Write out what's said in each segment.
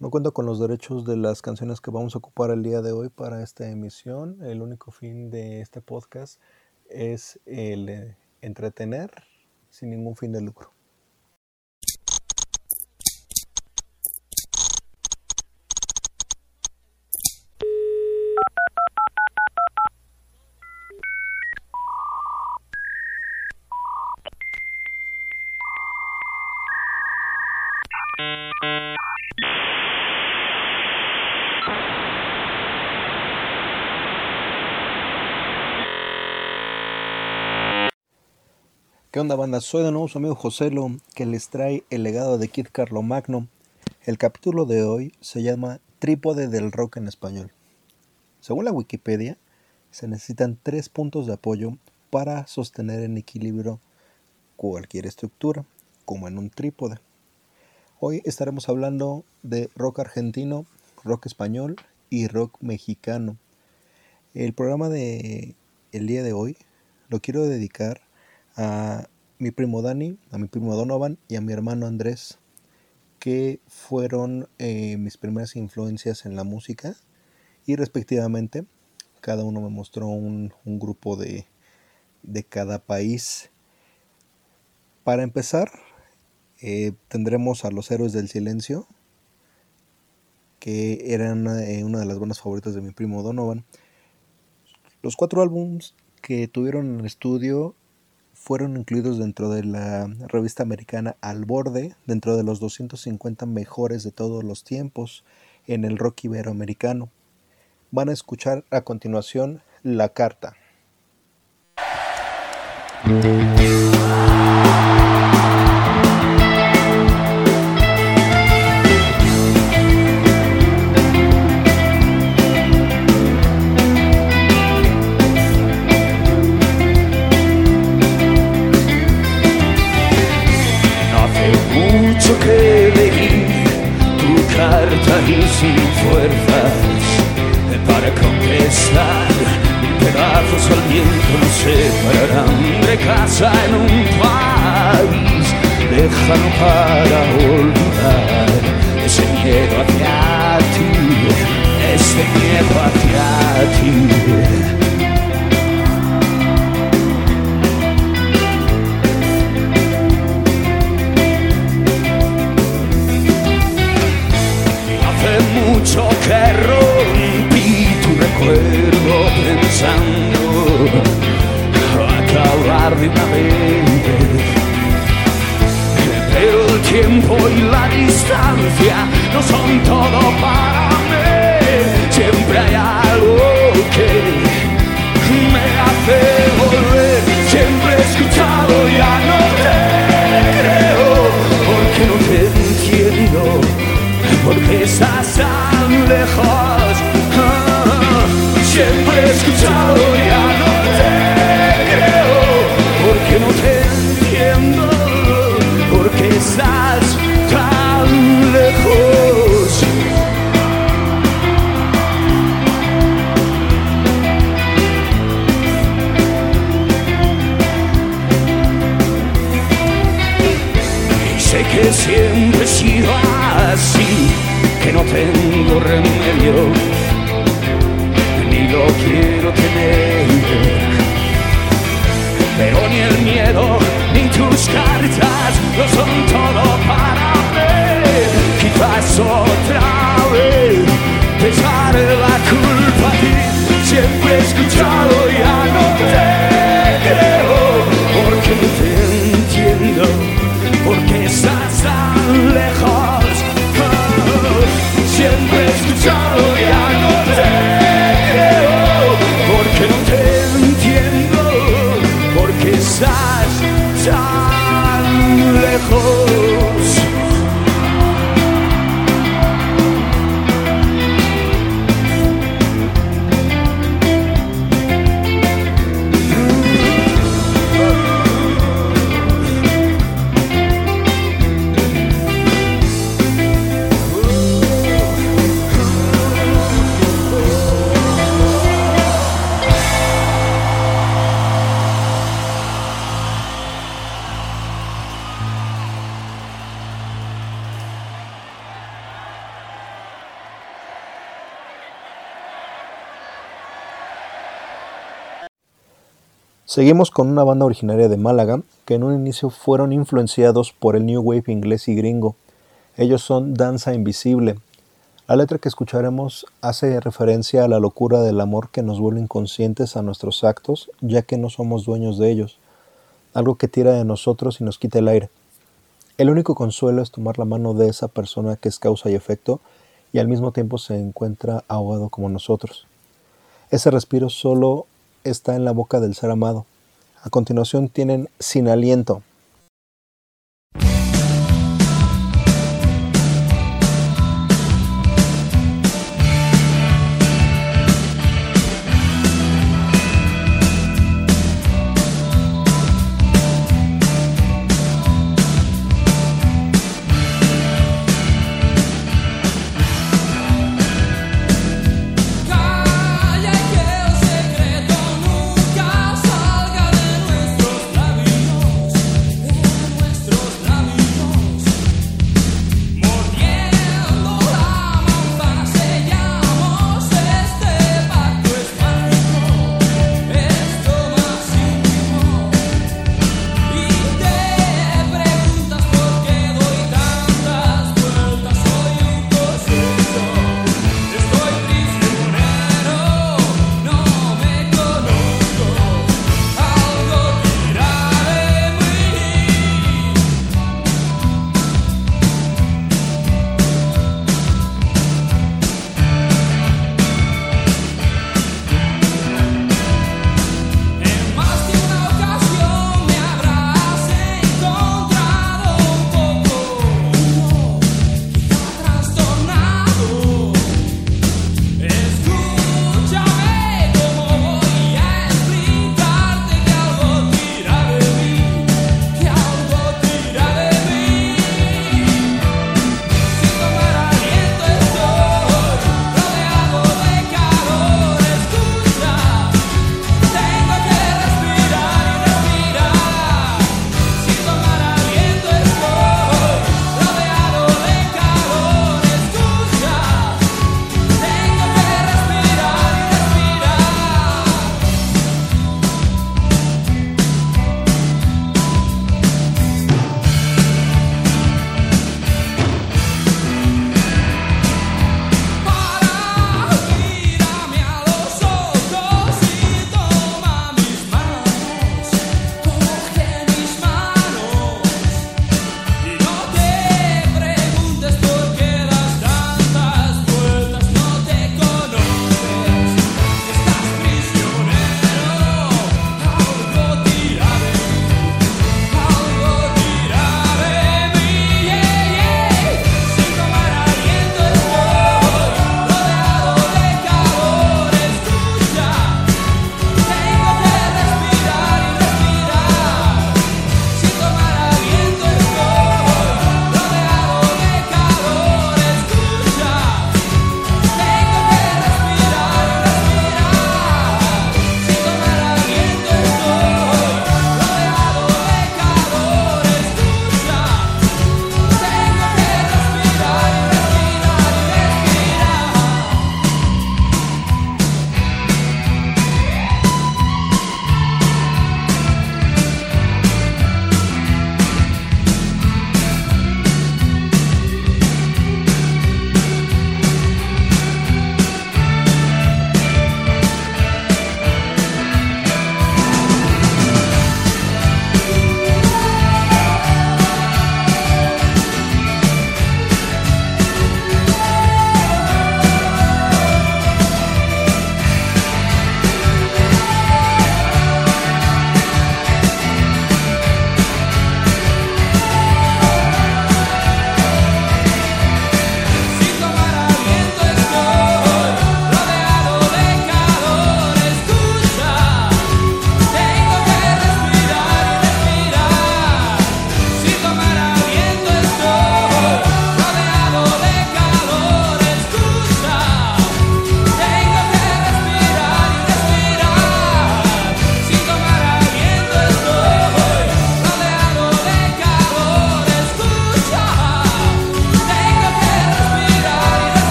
No cuento con los derechos de las canciones que vamos a ocupar el día de hoy para esta emisión. El único fin de este podcast es el entretener sin ningún fin de lucro. ¿Qué onda, banda? Soy de nuevo su amigo Joselo, que les trae el legado de Kid Carlomagno. El capítulo de hoy se llama Trípode del rock en español. Según la Wikipedia, se necesitan 3 puntos de apoyo para sostener en equilibrio cualquier estructura, como en un trípode. Hoy estaremos hablando de rock argentino, rock español y rock mexicano. El programa de el día de hoy lo quiero dedicar a mi primo Dani, a mi primo Donovan y a mi hermano Andrés, que fueron mis primeras influencias en la música, y respectivamente cada uno me mostró un grupo de cada país. Para empezar, tendremos a los Héroes del Silencio, que eran una de las bandas favoritas de mi primo Donovan. Los 4 álbumes que tuvieron en el estudio fueron incluidos dentro de la revista americana Al Borde, dentro de los 250 mejores de todos los tiempos en el rock iberoamericano. Van a escuchar a continuación La Carta. Que leí tu carta y sin fuerzas para contestar, pedazos al viento nos separarán de casa en un país lejano para olvidar ese miedo hacia ti, ese miedo hacia ti. Mucho que rompí tu recuerdo pensando acabar de una vez, pero el tiempo y la distancia no son todo para mí. Siempre hay algo que me hace volver. Siempre he escuchado, ya no te creo, porque no te entiendo, porque estás tan lejos. Siempre he escuchado, ya no te creo, porque no te entiendo, porque estás tan lejos. Y sé que siempre he sido así, que no tengo remedio, ni lo quiero tener, pero ni el miedo ni tus cartas no son todo para mí. Quizás otra vez te echaré la culpa a ti. Siempre he escuchado, ya no te creo, porque no te entiendo, porque estás tan lejos. Siempre he escuchado, ya no te creo, porque no te entiendo, porque estás tan lejos. Seguimos con una banda originaria de Málaga que en un inicio fueron influenciados por el New Wave inglés y gringo. Ellos son Danza Invisible. La letra que escucharemos hace referencia a la locura del amor que nos vuelve inconscientes a nuestros actos, ya que no somos dueños de ellos, algo que tira de nosotros y nos quita el aire. El único consuelo es tomar la mano de esa persona que es causa y efecto y al mismo tiempo se encuentra ahogado como nosotros. Ese respiro solo está en la boca del ser amado. A continuación tienen Sin Aliento.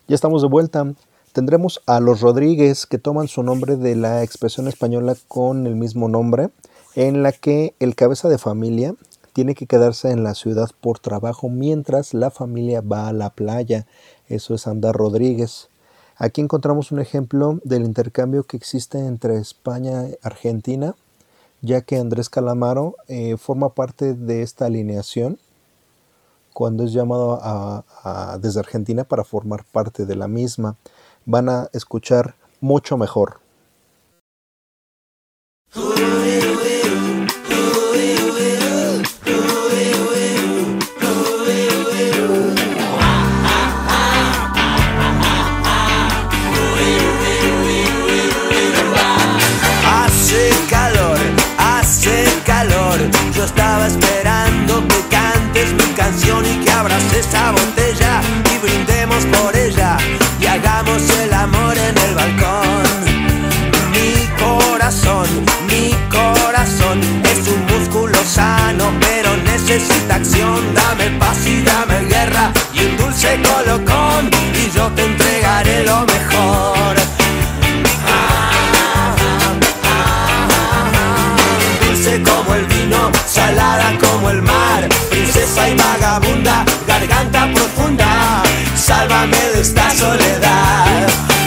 Ya estamos de vuelta. Tendremos a los Rodríguez, que toman su nombre de la expresión española con el mismo nombre, en la que el cabeza de familia tiene que quedarse en la ciudad por trabajo mientras la familia va a la playa. Eso es andar Rodríguez. Aquí encontramos un ejemplo del intercambio que existe entre España y Argentina, ya que Andrés Calamaro forma parte de esta alineación cuando es llamado desde Argentina para formar parte de la misma. Van a escuchar mucho mejor. Hace calor, yo estaba esperando que cantes mi canción y que abras esa botella y brindemos por ella y hagamos el amor en el balcón. Mi corazón es un músculo sano, pero necesita acción. Dame paz y dame guerra y un dulce colocón y yo te entregaré lo mejor. Dulce como el vino, salada como el mar, princesa y vagabunda, garganta profunda, sálvame de esta soledad.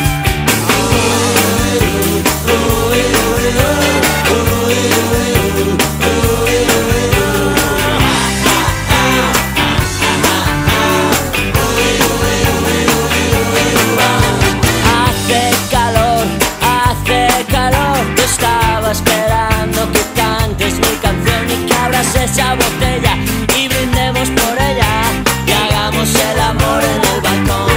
Hace calor, yo estaba esperando que cantes mi canción y que abras esa botella y brindemos por ella y hagamos el amor en el balcón.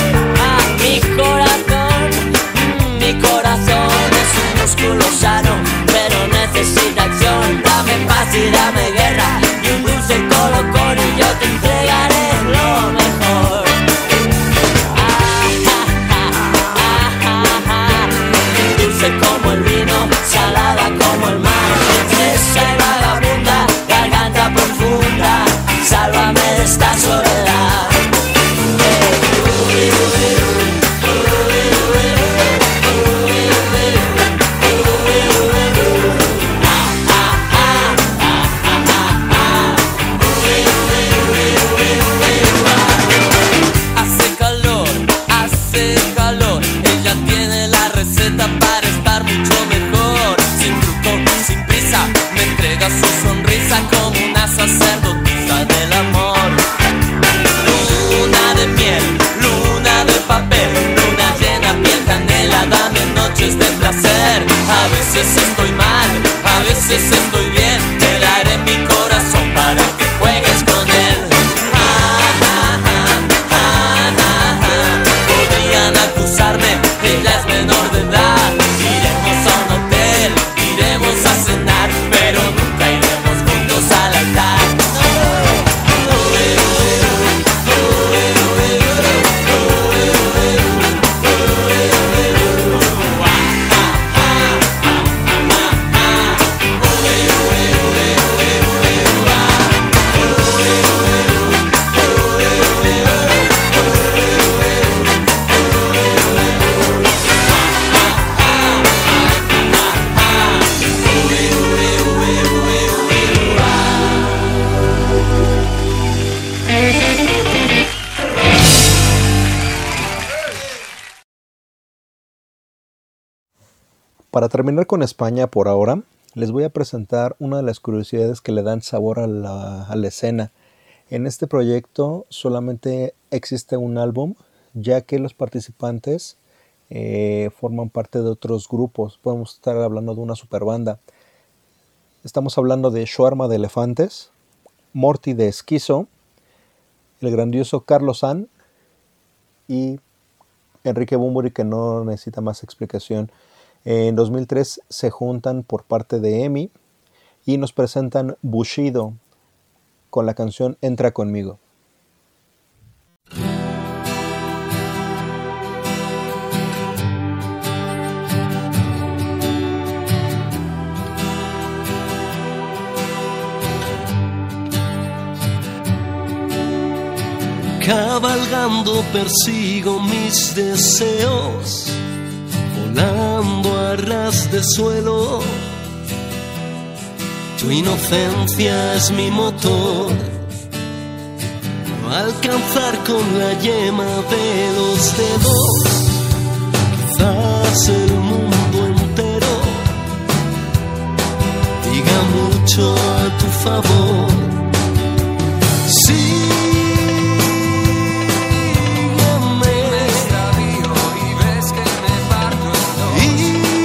Mi corazón es un músculo sano, pero necesita acción. Dame paz y dame guerra y un dulce colocón y yo te entregaré lo mejor. Dulce como el vino, salada como el mar, princesa y vagabunda, garganta profunda, sálvame de esta soledad. Hace calor, ella tiene la receta para estar mucho mejor. Sin truco, sin prisa, me entrega su sonrisa como una sacerdotisa del amor. Luna de miel, luna de papel, luna llena, piel canela, dame noches de placer. A veces estoy mal, a veces estoy bien, te daré mi corazón para que juegues con él. Podrían acusarme, ella es menor de edad. Iremos a un hotel, iremos a cenar, pero nunca iremos juntos al altar. Para terminar con España por ahora, les voy a presentar una de las curiosidades que le dan sabor a la escena. En este proyecto solamente existe un álbum, ya que los participantes forman parte de otros grupos. Podemos estar hablando de una superbanda. Estamos hablando de Shawarma de Elefantes, Morty de Esquizo, el grandioso Carlos San y Enrique Bunbury, que no necesita más explicación. En 2003 se juntan por parte de EMI y nos presentan Bushido con la canción Entra Conmigo. Cabalgando persigo mis deseos, volando a ras de suelo. Tu inocencia es mi motor, alcanzar con la yema de los dedos, quizás el mundo entero diga mucho a tu favor. Sígueme, me extravío y ves que me parto en dos. y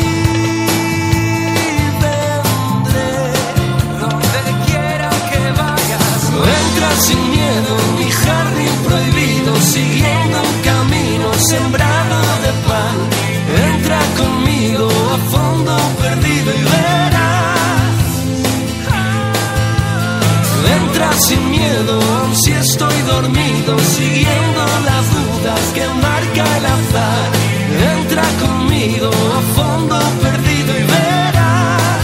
vendré Donde quiera que vayas, entra sin miedo en mi jardín prohibido, siguiendo un camino sembrado de pan. Entra conmigo a fondo perdido y verás. Entra sin miedo, aun si estoy dormido, siguiendo las dudas que marca el azar. Entra conmigo a fondo perdido y verás.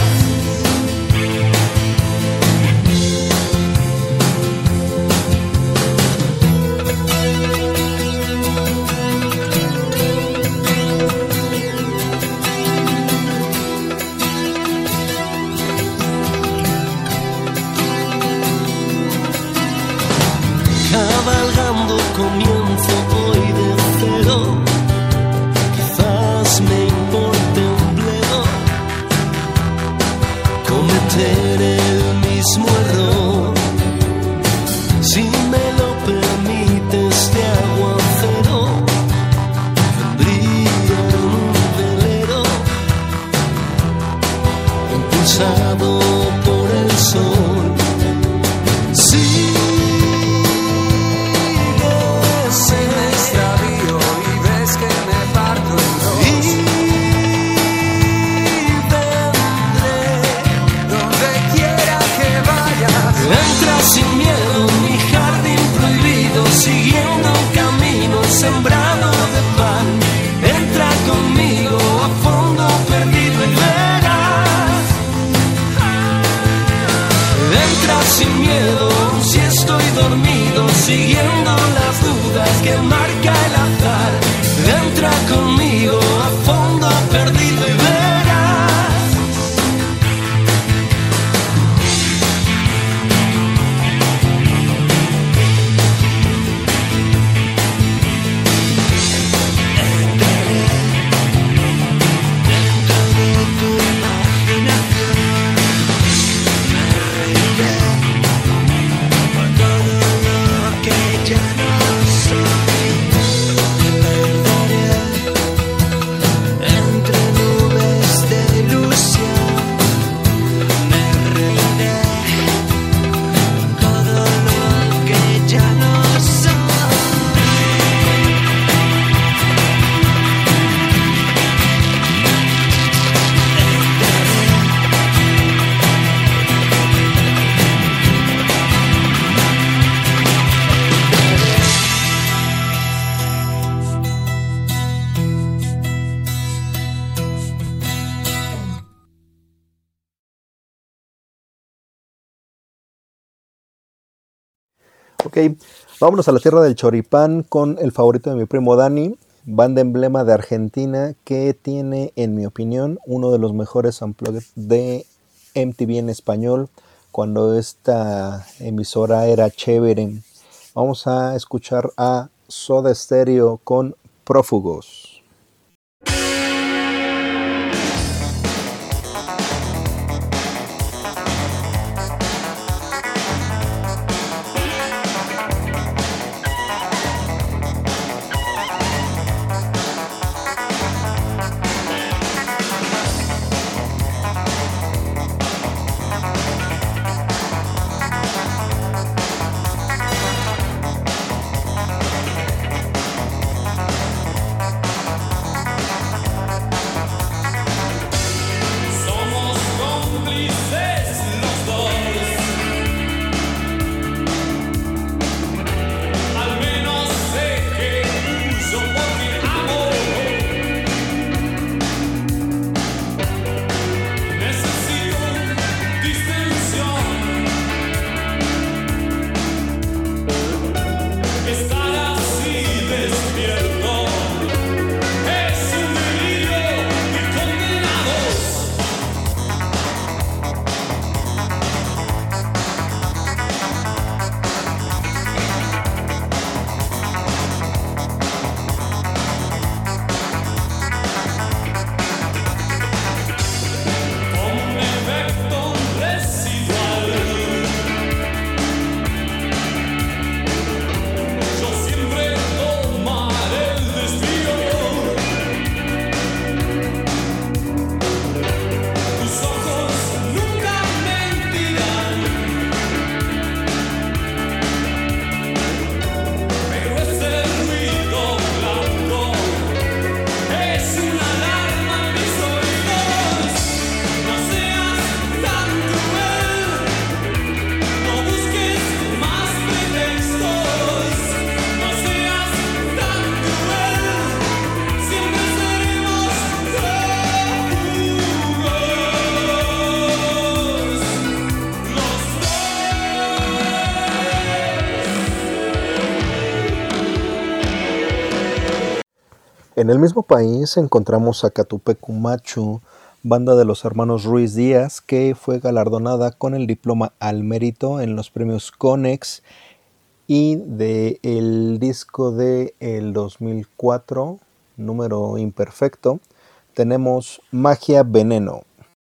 Cabalgando comienzo hoy de cero, quizás me importe un bledo cometer el mismo error. Si me lo permites de aguacero, vendría en un velero impulsado por el sol. me extravío y ves que me parto en dos. Y vendré Donde quiera que vayas, entra sin miedo en mi jardín prohibido, siguiendo un camino sembrado de pan. Entra conmigo a fondo perdido y verás. Entra sin miedo, aun si estoy dormido, siguiendo las dudas que marca el azar. Entra conmigo a fondo perdido y verás. Ok, vámonos a la tierra del choripán con el favorito de mi primo Dani, banda emblema de Argentina que tiene, en mi opinión, uno de los mejores unplugged de MTV en español, cuando esta emisora era chévere. Vamos a escuchar a Soda Stereo con Prófugos. En el mismo país encontramos a Catupecu Machu, banda de los hermanos Ruiz Díaz, que fue galardonada con el diploma al mérito en los premios Conex, y del disco de el 2004, Número Imperfecto, tenemos Magia Veneno.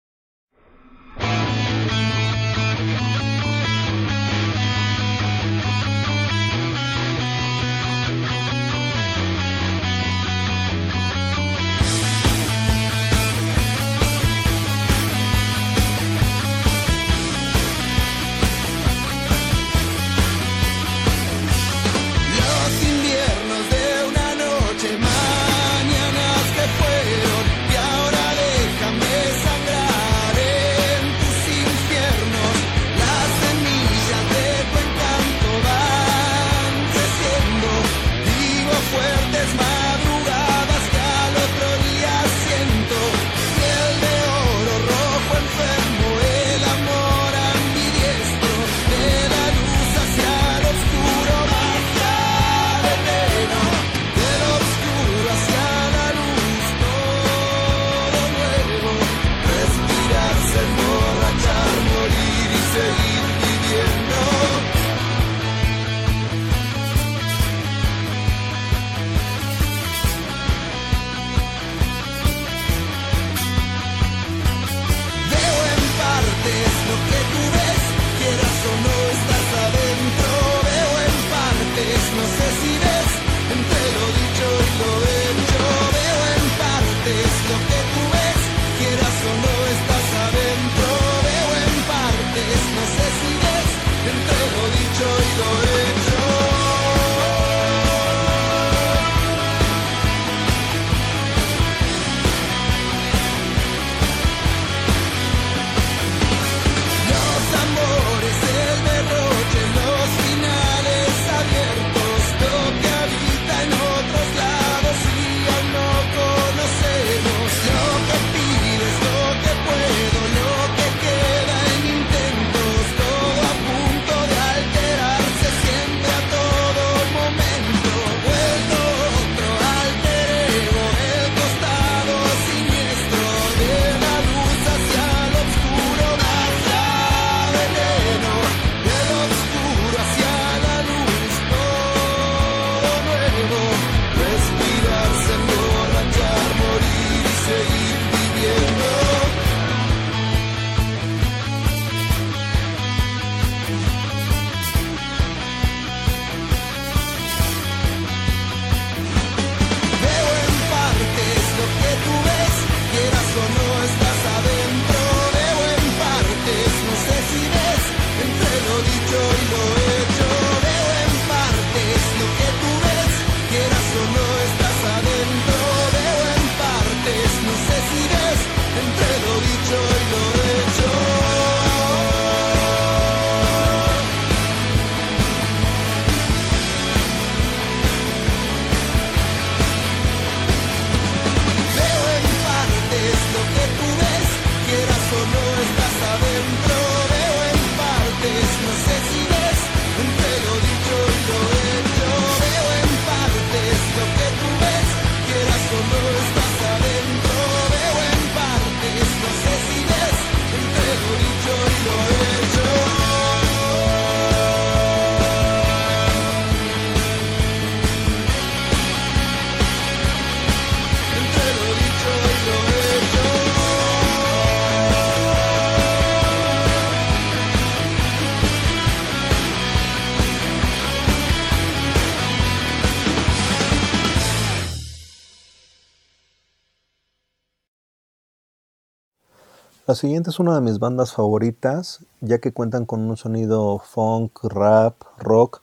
La siguiente es una de mis bandas favoritas, ya que cuentan con un sonido funk, rap, rock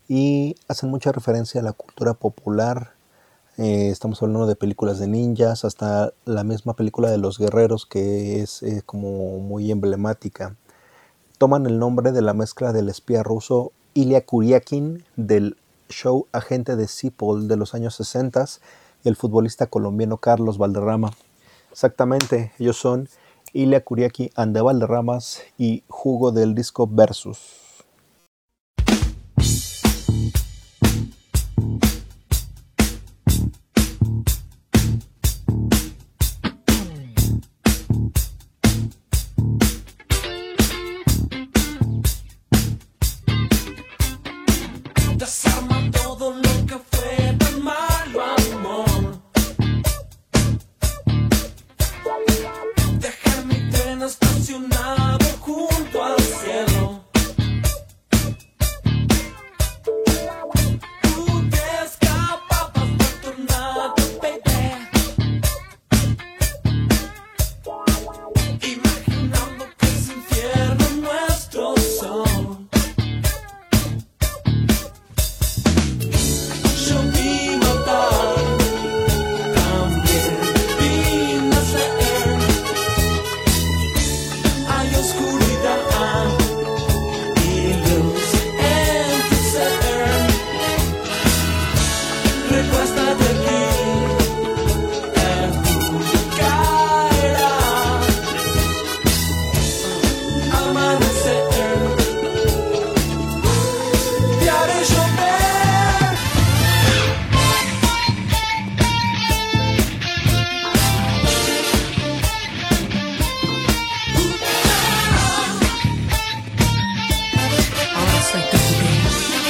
y hacen mucha referencia a la cultura popular. Estamos hablando de películas de ninjas, hasta la misma película de Los Guerreros, que es como muy emblemática. Toman el nombre de la mezcla del espía ruso Ilya Kuryakin del show Agente de Cipoll de los años 60 y el futbolista colombiano Carlos Valderrama. Exactamente, ellos son Ilya Kuryakin and the Valderramas y Hugo del disco Versus. desarma todo lo que fue tan malo, amor. Dejé mi tren estacionado junto al cielo. Tú te escapabas de tornado, baby, imaginando que es infierno nuestro sol. Yo vi matar, también vi nacer. Hay oscuridad y luz en tu ser. Recuéstate aquí, el mundo caerá. Amanecer, te haré llover. Ahora soy tu juguete.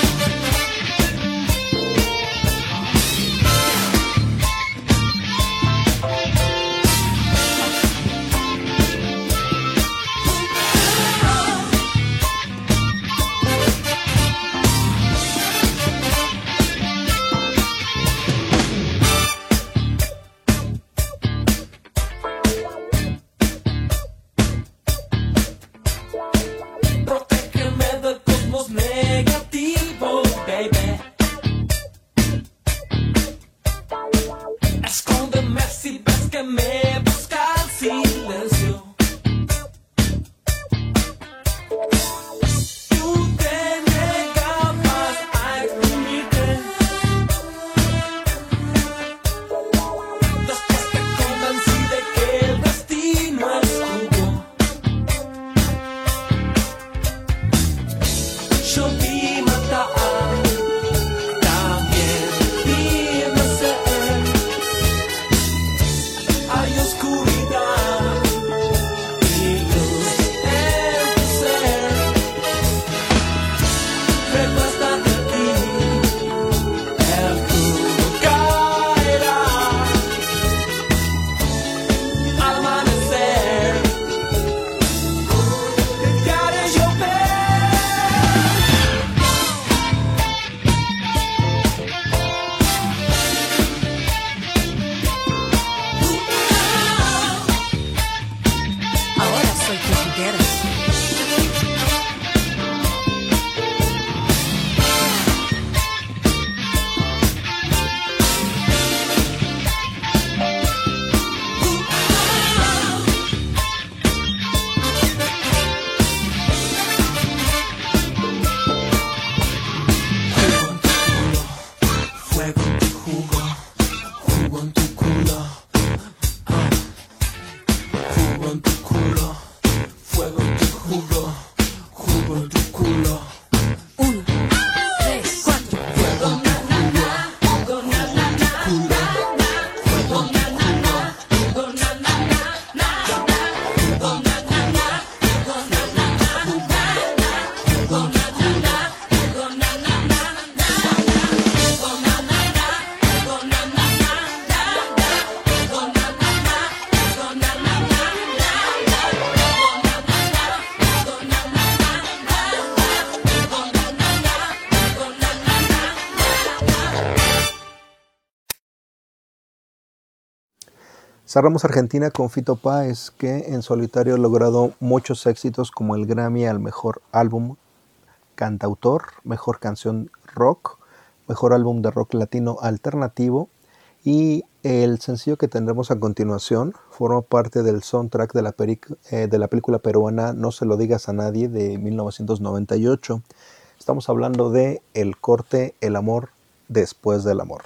Protégeme del cosmos negativo, baby. Escóndeme si ves que me busca el silencio. Tú te negabas a exprimirte. Después te convencí de que el destino es jugo. Yo vi matar, también vi nacer. Hay oscuridad y luz en tu ser. Recuéstate aquí, el mundo caerá. Al amanecer, te haré llover. Ahora soy tu juguete. Fuego en tu jugo, jugo en tu culo. Jugo en tu culo, fuego en tu jugo, jugo en tu culo. 1, 3, 4. Fuego en tu jugo, jugo en tu culo. Fuego en tu jugo, jugo en tu Cerramos Argentina con Fito Páez, que en solitario ha logrado muchos éxitos como el Grammy al mejor álbum cantautor, mejor canción rock, mejor álbum de rock latino alternativo, y el sencillo que tendremos a continuación forma parte del soundtrack de la película peruana No se lo digas a nadie de 1998. Estamos hablando de el corte El amor después del amor.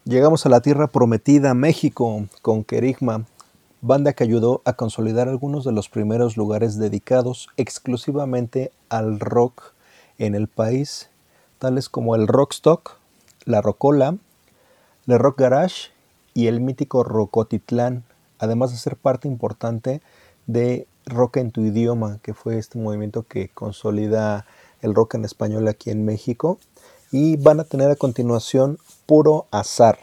Llegamos a la tierra prometida, México, con Querigma, banda que ayudó a consolidar algunos de los primeros lugares dedicados exclusivamente al rock en el país, tales como el Rockstock, la Rocola, el Rock Garage y el mítico Rocotitlán, además de ser parte importante de Rock en tu idioma, que fue este movimiento que consolida el rock en español aquí en México. Y van a tener a continuación Puro Azar.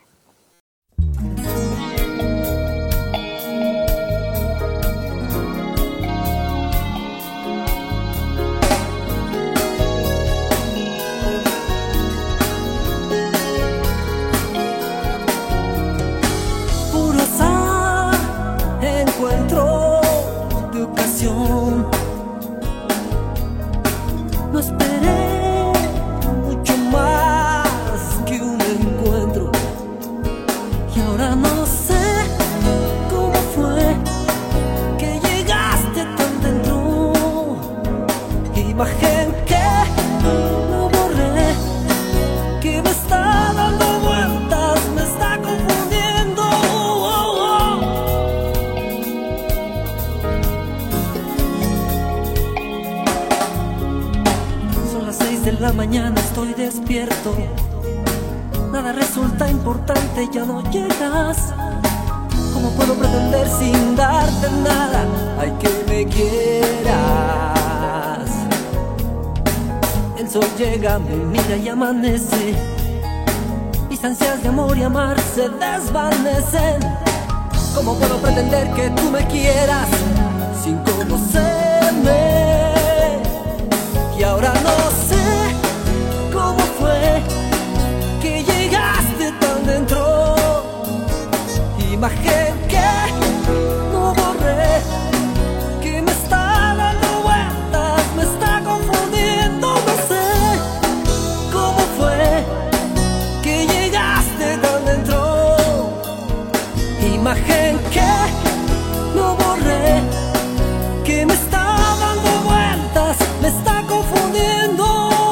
Puro azar encuentro de ocasión. No esperé mucho más que un encuentro. Y ahora no sé cómo fue que llegaste tan dentro. Imagen que no borré, que me está dando vueltas, me está confundiendo. Son las 6 de la mañana, estoy despierto. Nada resulta importante, ya no llegas. ¿Cómo puedo pretender sin darte nada? Ay, que me quieras. El sol llega, me mira y amanece. Mis ansias de amor y amar se desvanecen. ¿Cómo puedo pretender que tú me quieras sin conocerme? Y ahora no sé cómo fue que llegaste tan dentro. Imagen que no borré, que me está dando vueltas, me está confundiendo. No sé cómo fue que llegaste tan dentro. Imagen que no borré, que me está dando vueltas, me está confundiendo.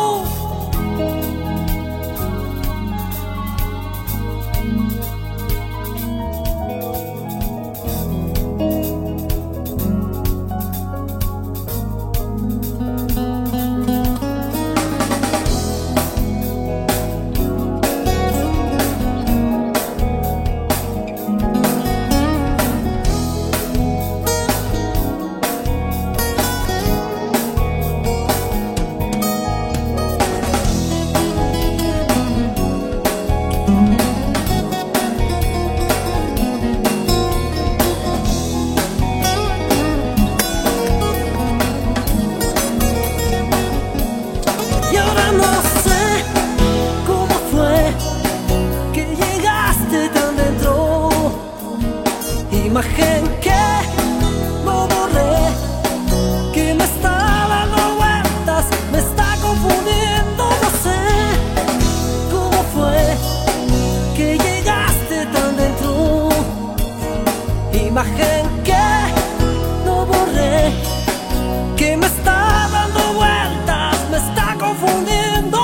Y ahora no sé cómo fue que llegaste tan dentro. Imagen que no borré, que me está dando vueltas, me está confundiendo. No sé cómo fue que llegaste tan dentro. Imagen que no borré, que me está dando vueltas, me está confundiendo.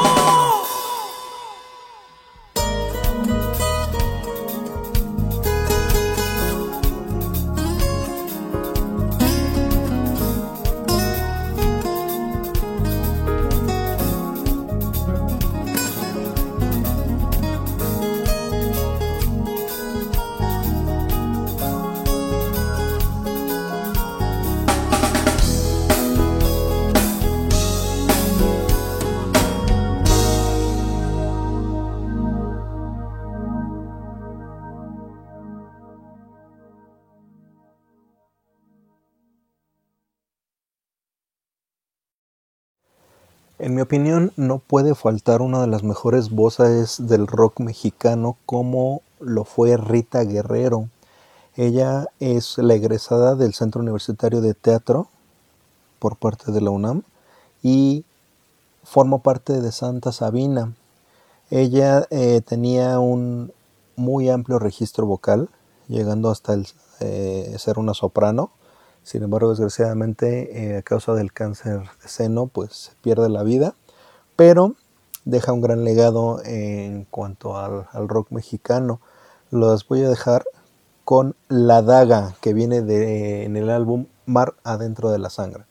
En mi opinión, no puede faltar una de las mejores voces del rock mexicano como lo fue Rita Guerrero. Ella es la egresada del Centro Universitario de Teatro por parte de la UNAM y forma parte de Santa Sabina. Ella tenía un muy amplio registro vocal, llegando hasta ser una soprano. Sin embargo, desgraciadamente, a causa del cáncer de seno, pues se pierde la vida. Pero deja un gran legado en cuanto al rock mexicano. Los voy a dejar con La Daga, que viene en el álbum Mar Adentro de la Sangre.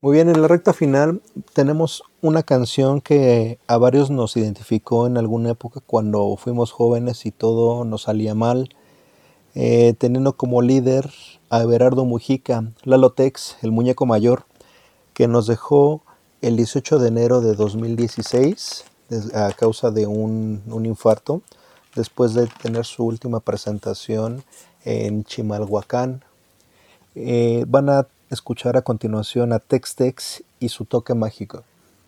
Muy bien, en la recta final tenemos una canción que a varios nos identificó en alguna época cuando fuimos jóvenes y todo nos salía mal, teniendo como líder a Everardo Mujica, Lalo Tex, el muñeco mayor, que nos dejó el 18 de enero de 2016 a causa de un infarto, después de tener su última presentación en Chimalhuacán. Van a escuchar a continuación a Tex Tex y su toque mágico.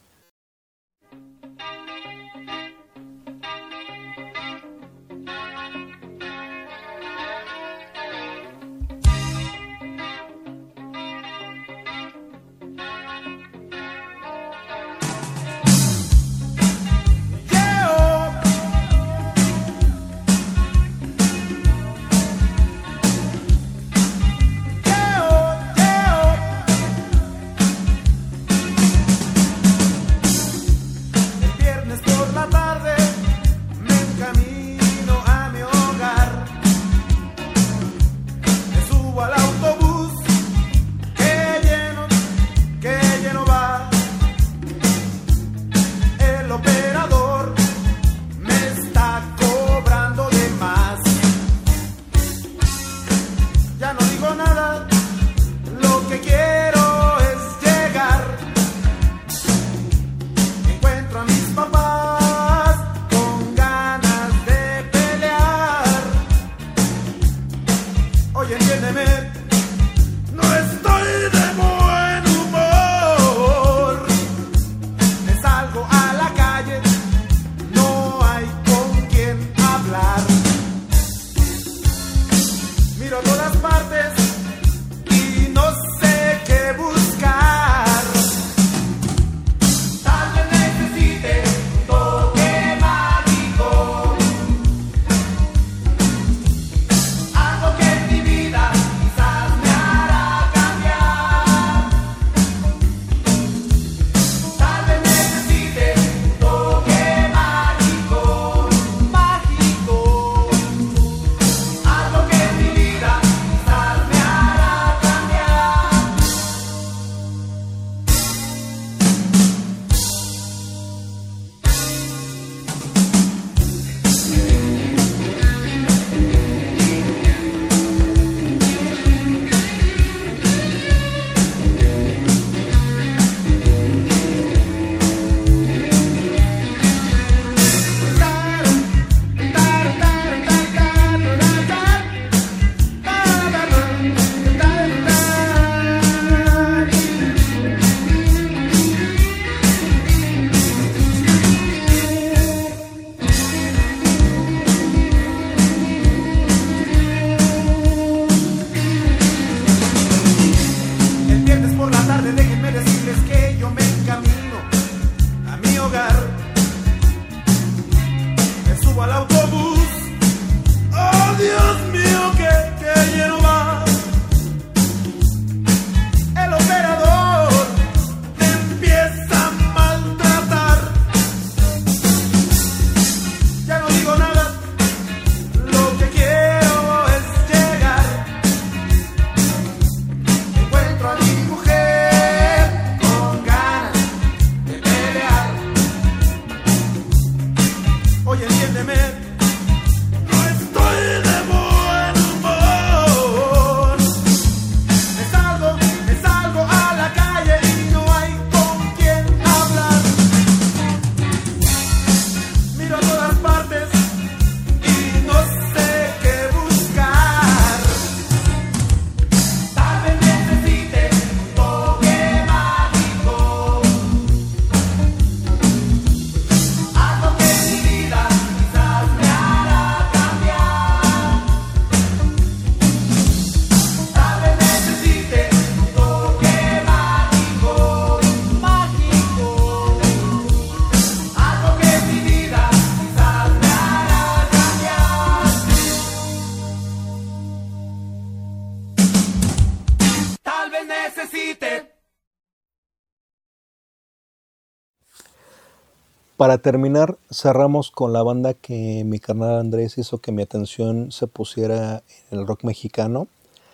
Para terminar, cerramos con la banda que mi carnal Andrés hizo que mi atención se pusiera en el rock mexicano.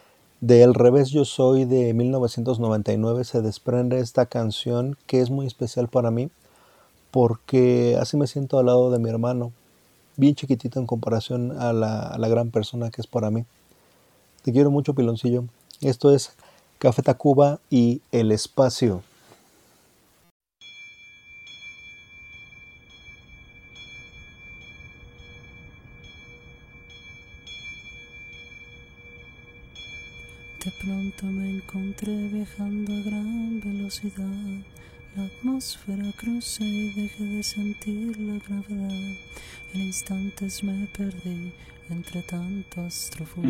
De El Revés Yo Soy de 1999 se desprende esta canción que es muy especial para mí porque así me siento al lado de mi hermano, bien chiquitito en comparación a la gran persona que es para mí. Te quiero mucho, Piloncillo. Esto es Café Tacuba y El Espacio. De pronto me encontré viajando a gran velocidad. La atmósfera crucé y dejé de sentir la gravedad. En instantes me perdí entre tanto astro fugaz.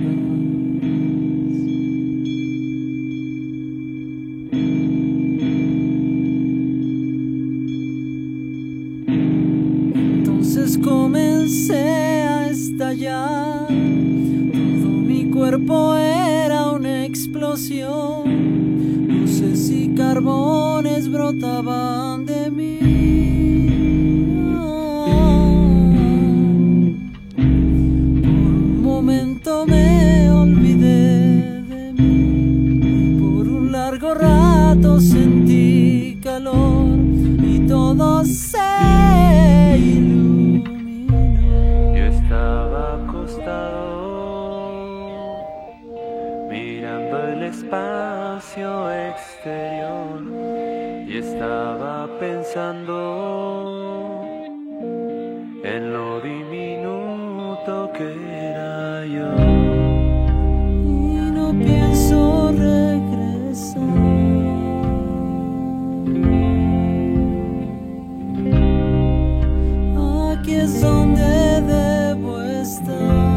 Entonces comencé a estallar. Todo mi cuerpo era una explosión. Luces y carbones brotaban de mí. Por un momento me olvidé de mí. Por un largo rato sentí calor y todo se iluminó. Yo estaba acostado mirando el espacio exterior y estaba pensando en lo diminuto que era yo. Y no pienso regresar. Aquí es donde debo estar.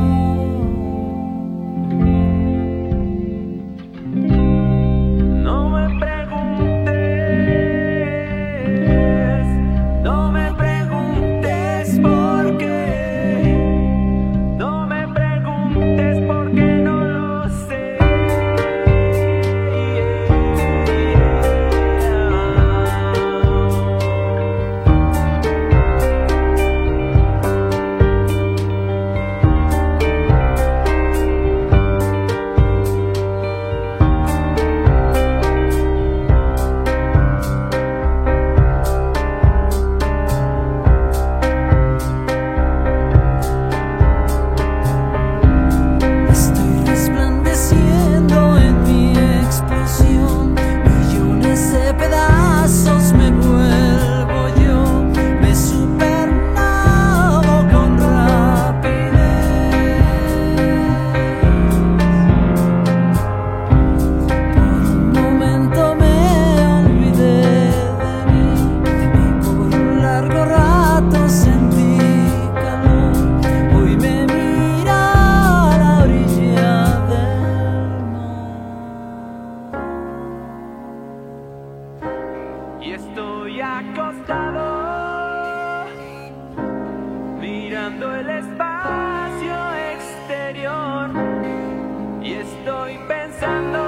Y estoy acostado mirando el espacio exterior y estoy pensando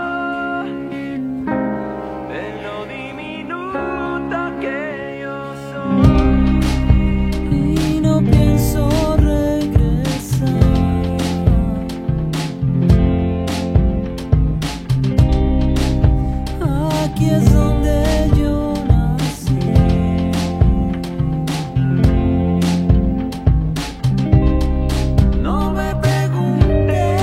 en lo diminuto que yo soy. Y no pienso regresar. Aquí es donde yo nací. No me preguntes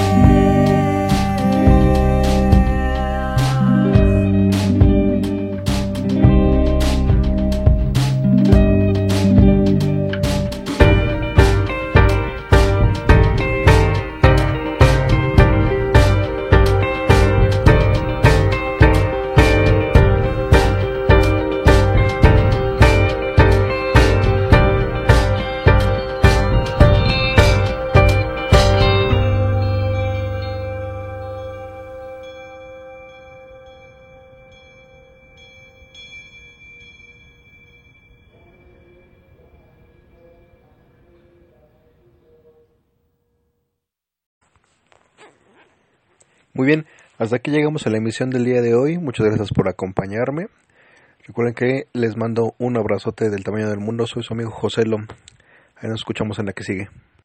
Muy bien, hasta aquí llegamos a la emisión del día de hoy. Muchas gracias por acompañarme. Recuerden que les mando un abrazote del tamaño del mundo. Soy su amigo Joselo. Ahí nos escuchamos en la que sigue.